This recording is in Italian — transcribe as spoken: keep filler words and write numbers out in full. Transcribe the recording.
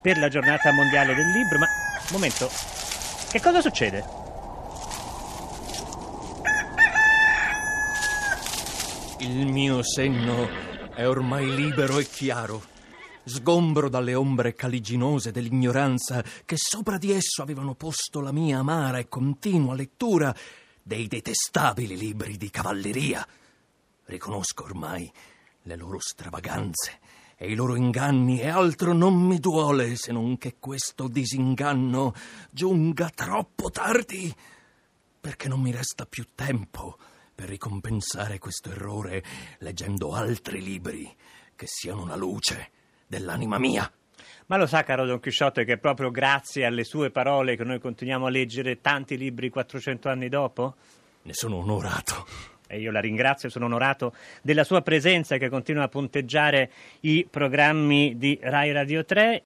per la giornata mondiale del libro. Ma, un momento, che cosa succede? Il mio senno è ormai libero e chiaro. Sgombro dalle ombre caliginose dell'ignoranza che sopra di esso avevano posto la mia amara e continua lettura dei detestabili libri di cavalleria. Riconosco ormai le loro stravaganze e i loro inganni, e altro non mi duole se non che questo disinganno giunga troppo tardi, perché non mi resta più tempo per ricompensare questo errore leggendo altri libri che siano la luce dell'anima mia. Ma lo sa, caro Don Chisciotte, che è proprio grazie alle sue parole che noi continuiamo a leggere tanti libri quattrocento anni dopo? Ne sono onorato. E io la ringrazio, sono onorato della sua presenza che continua a punteggiare i programmi di Rai Radio tre.